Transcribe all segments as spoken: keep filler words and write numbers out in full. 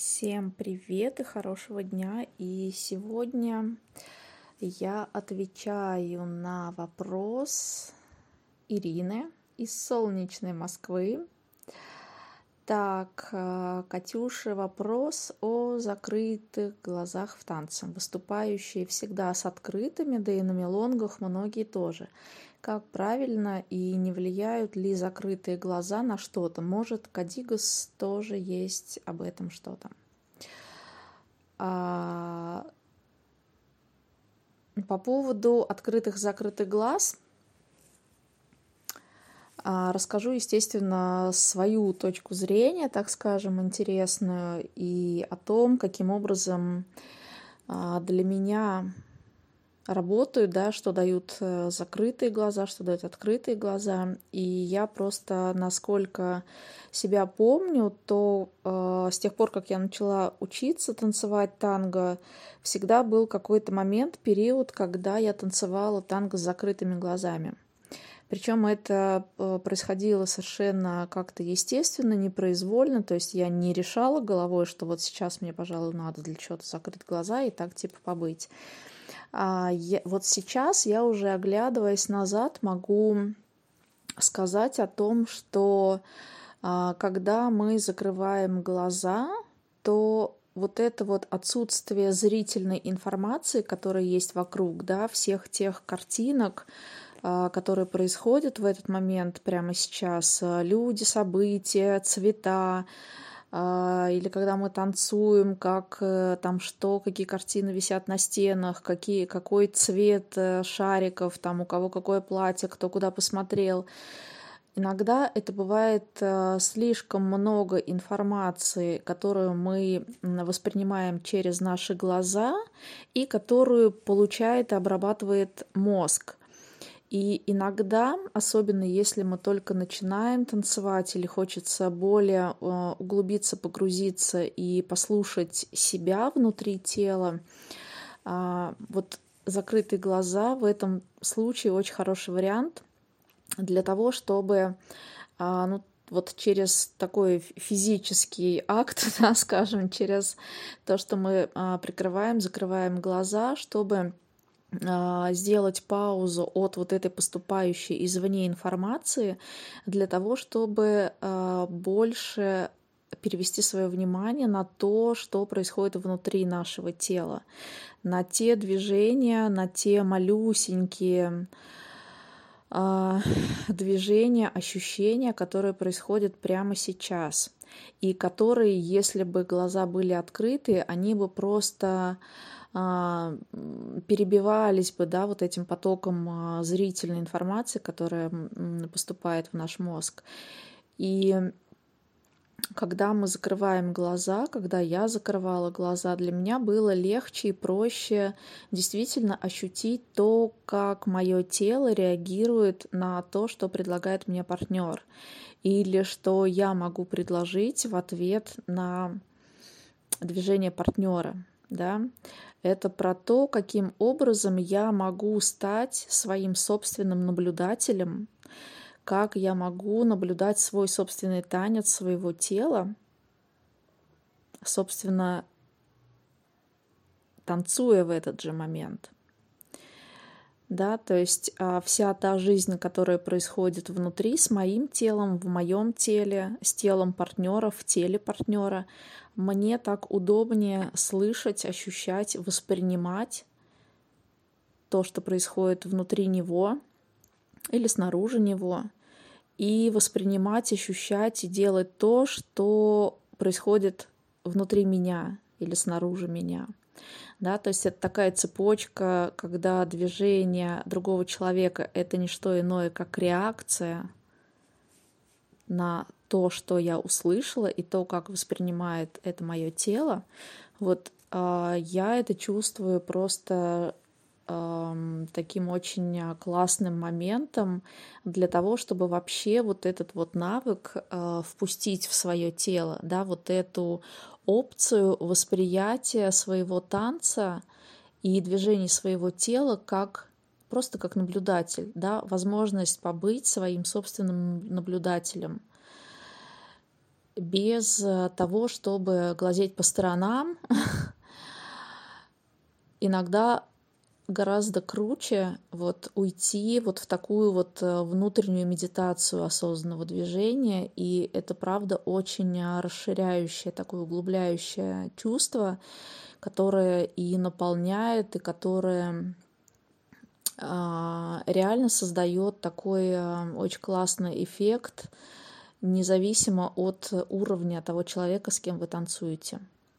Всем привет и хорошего дня. И сегодня я отвечаю на вопрос Ирины из солнечной Москвы. Так, э, Катюша, вопрос о закрытых глазах в танце. Выступающие всегда с открытыми, да и на мелонгах многие тоже. Как правильно и не влияют ли закрытые глаза на что-то? Может, Кадигас тоже есть об этом что-то? А, По поводу открытых-закрытых глаз а, расскажу, естественно, свою точку зрения, так скажем, интересную, и о том, каким образом а, для меня работают, да, что дают э, закрытые глаза, что дают открытые глаза. И я просто, насколько себя помню, то э, с тех пор, как я начала учиться танцевать танго, всегда был какой-то момент, период, когда я танцевала танго с закрытыми глазами. Причем это э, происходило совершенно как-то естественно, непроизвольно, то есть я не решала головой, что вот сейчас мне, пожалуй, надо для чего-то закрыть глаза и так типа побыть. А я, вот сейчас я уже, оглядываясь назад, могу сказать о том, что а, когда мы закрываем глаза, то вот это вот отсутствие зрительной информации, которая есть вокруг, да, всех тех картинок, а, которые происходят в этот момент прямо сейчас, люди, события, цвета, а, или когда мы танцуем, как э, там что, какие картины висят на стенах, какие, какой цвет э, шариков, там у кого какое платье, кто куда посмотрел. Иногда это бывает э, слишком много информации, которую мы м, воспринимаем через наши глаза и которую получает и обрабатывает мозг. И иногда, особенно если мы только начинаем танцевать или хочется более э, углубиться, погрузиться и послушать себя внутри тела, а, вот закрытые глаза в этом случае очень хороший вариант для того, чтобы а, ну, вот через такой физический акт, да, скажем, через то, что мы а, прикрываем, закрываем глаза, чтобы а, сделать паузу от вот этой поступающей извне информации для того, чтобы а, больше перевести свое внимание на то, что происходит внутри нашего тела, на те движения, на те малюсенькие а, движения, ощущения, которые происходят прямо сейчас, и которые, если бы глаза были открыты, они бы просто а, м, перебивались бы, да, вот этим потоком а, зрительной информации, которая м, поступает в наш мозг. И когда мы закрываем глаза, когда я закрывала глаза, для меня было легче и проще действительно ощутить то, как мое тело реагирует на то, что предлагает мне партнер, или что я могу предложить в ответ на движение партнера, да. Это про то, каким образом я могу стать своим собственным наблюдателем, как я могу наблюдать свой собственный танец своего тела, собственно, танцуя в этот же момент. Да, то есть а, вся та жизнь, которая происходит внутри с моим телом, в моем теле, с телом партнера, в теле партнера, мне так удобнее слышать, ощущать, воспринимать то, что происходит внутри него или снаружи него, и воспринимать, ощущать и делать то, что происходит внутри меня или снаружи меня. Да, то есть это такая цепочка, когда движение другого человека — это не что иное, как реакция на то, что я услышала, и то, как воспринимает это мое тело. Вот э, я это чувствую просто э, таким очень а, классным моментом для того, чтобы вообще вот этот вот навык э, впустить в свое тело, да, вот эту опцию восприятия своего танца и движений своего тела как просто как наблюдатель, да, возможность побыть своим собственным наблюдателем. без э, того, чтобы глазеть по сторонам. Иногда гораздо круче вот уйти вот в такую вот э, внутреннюю медитацию осознанного движения, и это правда очень а, расширяющее, такое углубляющее чувство, которое и наполняет, и которое а, реально создает такой а, очень классный эффект, независимо от уровня того человека, с кем вы танцуете.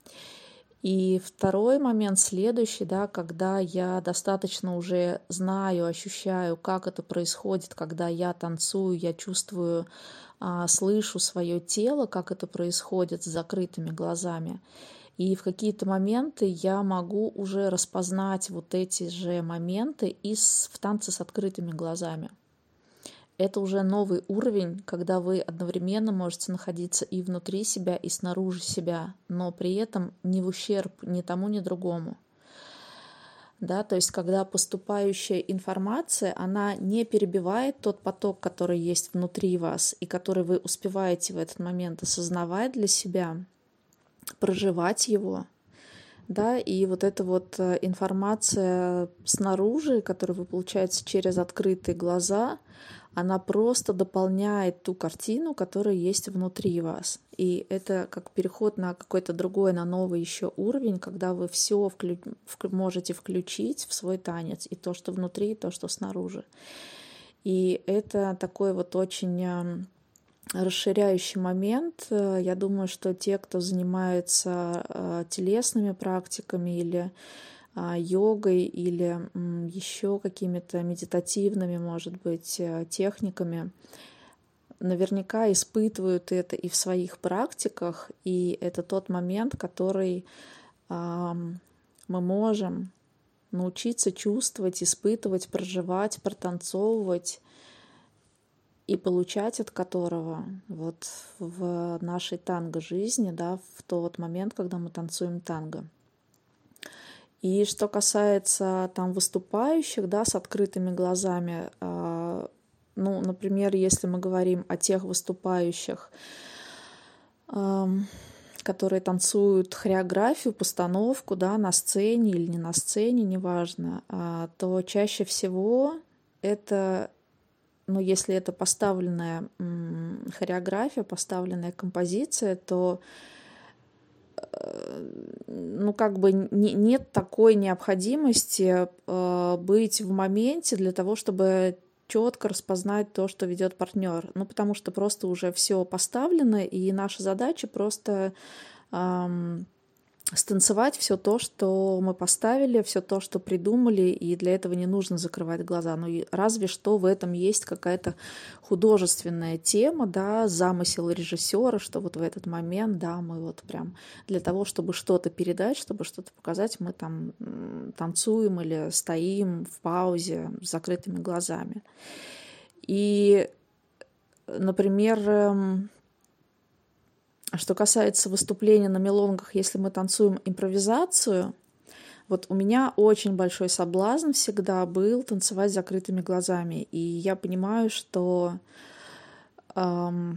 И второй момент следующий, да, когда я достаточно уже знаю, ощущаю, как это происходит, когда я танцую, я чувствую, а, слышу свое тело, как это происходит с закрытыми глазами. И в какие-то моменты я могу уже распознать вот эти же моменты и с- в танце с открытыми глазами. Это уже новый уровень, когда вы одновременно можете находиться и внутри себя, и снаружи себя, но при этом не в ущерб ни тому, ни другому. Да, то есть когда поступающая информация, она не перебивает тот поток, который есть внутри вас и который вы успеваете в этот момент осознавать для себя, проживать его, да, и вот эта вот э, информация снаружи, которую вы получаете через открытые глаза, она просто дополняет ту картину, которая есть внутри вас. И это как переход на какой-то другой, на новый еще уровень, когда вы все вклю... вк- можете включить в свой танец, и то, что внутри, и то, что снаружи. И это такой вот очень эм, расширяющий момент. Э, Я думаю, что те, кто занимается э, телесными практиками или а, йогой или еще какими-то медитативными, может быть, э, техниками, наверняка испытывают это и в своих практиках, и это тот момент, который ам, мы можем научиться чувствовать, испытывать, проживать, протанцовывать и получать от которого вот в нашей танго-жизни, да, в тот момент, когда мы танцуем танго. И что касается там выступающих, да, с открытыми глазами, а, ну, например, если мы говорим о тех выступающих, ам, которые танцуют хореографию, постановку, да, на сцене или не на сцене, неважно, а, то чаще всего это, ну, если это поставленная м, хореография, поставленная композиция, то ну, как бы не- нет такой необходимости э, быть в моменте для того, чтобы четко распознать то, что ведет партнер. Ну, потому что просто уже все поставлено, и наша задача просто ам, станцевать все то, что мы поставили, все то, что придумали, и для этого не нужно закрывать глаза. Ну, и разве что в этом есть какая-то художественная тема, да, замысел режиссера, что вот в этот момент, да, мы вот прям для того, чтобы что-то передать, чтобы что-то показать, мы там м, танцуем или стоим в паузе с закрытыми глазами. И, например, эм, что касается выступления на мелонгах, если мы танцуем импровизацию, вот у меня очень большой соблазн всегда был танцевать с закрытыми глазами. И я понимаю, что, ам,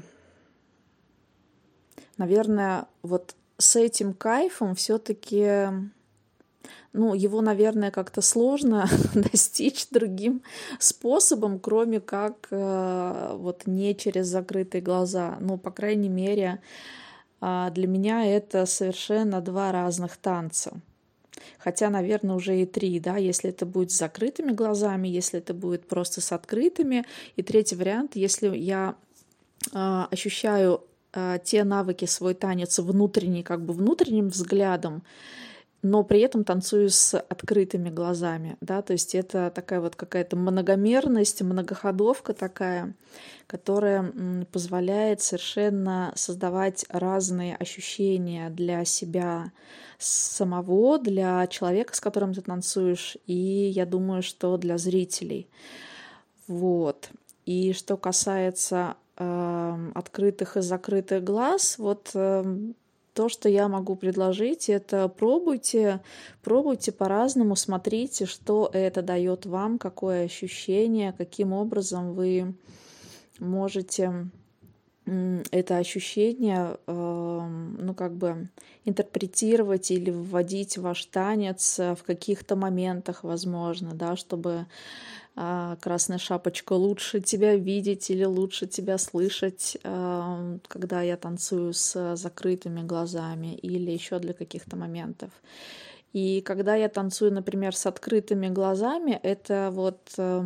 наверное, вот с этим кайфом все-таки, ну, его, наверное, как-то сложно достичь другим способом, кроме как э, вот не через закрытые глаза. Ну, по крайней мере, а, для меня это совершенно два разных танца. Хотя, наверное, уже и три, да, если это будет с закрытыми глазами, если это будет просто с открытыми. И третий вариант, если я а, ощущаю а, те навыки, свой танец внутренний, как бы внутренним взглядом, но при этом танцую с открытыми глазами, да, то есть это такая вот какая-то многомерность, многоходовка такая, которая м, позволяет совершенно создавать разные ощущения для себя самого, для человека, с которым ты танцуешь, и я думаю, что для зрителей. Вот. И что касается эм, открытых и закрытых глаз, вот эм, то, что я могу предложить, это пробуйте, пробуйте по-разному, смотрите, что это дает вам, какое ощущение, каким образом вы можете это ощущение, ну, как бы интерпретировать или вводить в ваш танец в каких-то моментах, возможно, да, чтобы Красная Шапочка лучше тебя видеть или лучше тебя слышать, когда я танцую с закрытыми глазами или еще для каких-то моментов. И когда я танцую, например, с открытыми глазами, это вот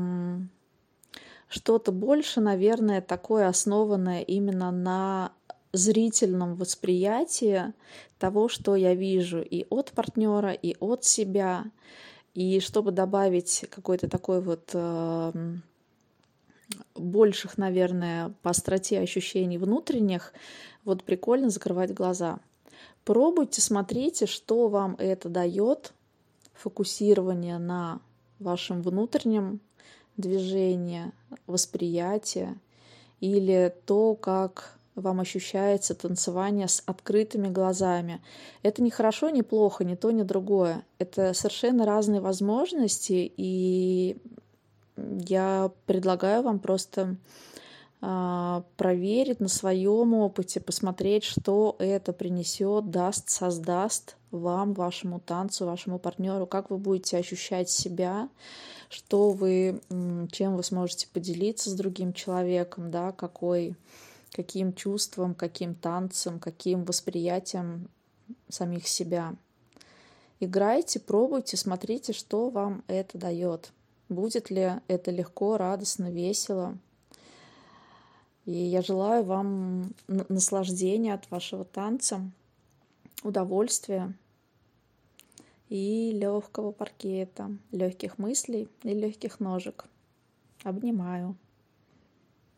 что-то больше, наверное, такое основанное именно на зрительном восприятии того, что я вижу и от партнера, и от себя. И чтобы добавить какой-то такой вот э, больших, наверное, по остроте ощущений внутренних, вот прикольно закрывать глаза. Пробуйте, смотрите, что вам это дает, фокусирование на вашем внутреннем движение, восприятие или то, как вам ощущается танцевание с открытыми глазами. Это не хорошо, не плохо, ни то, ни другое. Это совершенно разные возможности, и я предлагаю вам просто а, проверить на своем опыте, посмотреть, что это принесет, даст, создаст вам, вашему танцу, вашему партнеру, как вы будете ощущать себя, что вы, чем вы сможете поделиться с другим человеком, да, какой, каким чувством, каким танцем, каким восприятием самих себя. Играйте, пробуйте, смотрите, что вам это дает. Будет ли это легко, радостно, весело. И я желаю вам наслаждения от вашего танца, удовольствия и легкого паркета, легких мыслей и легких ножек. Обнимаю.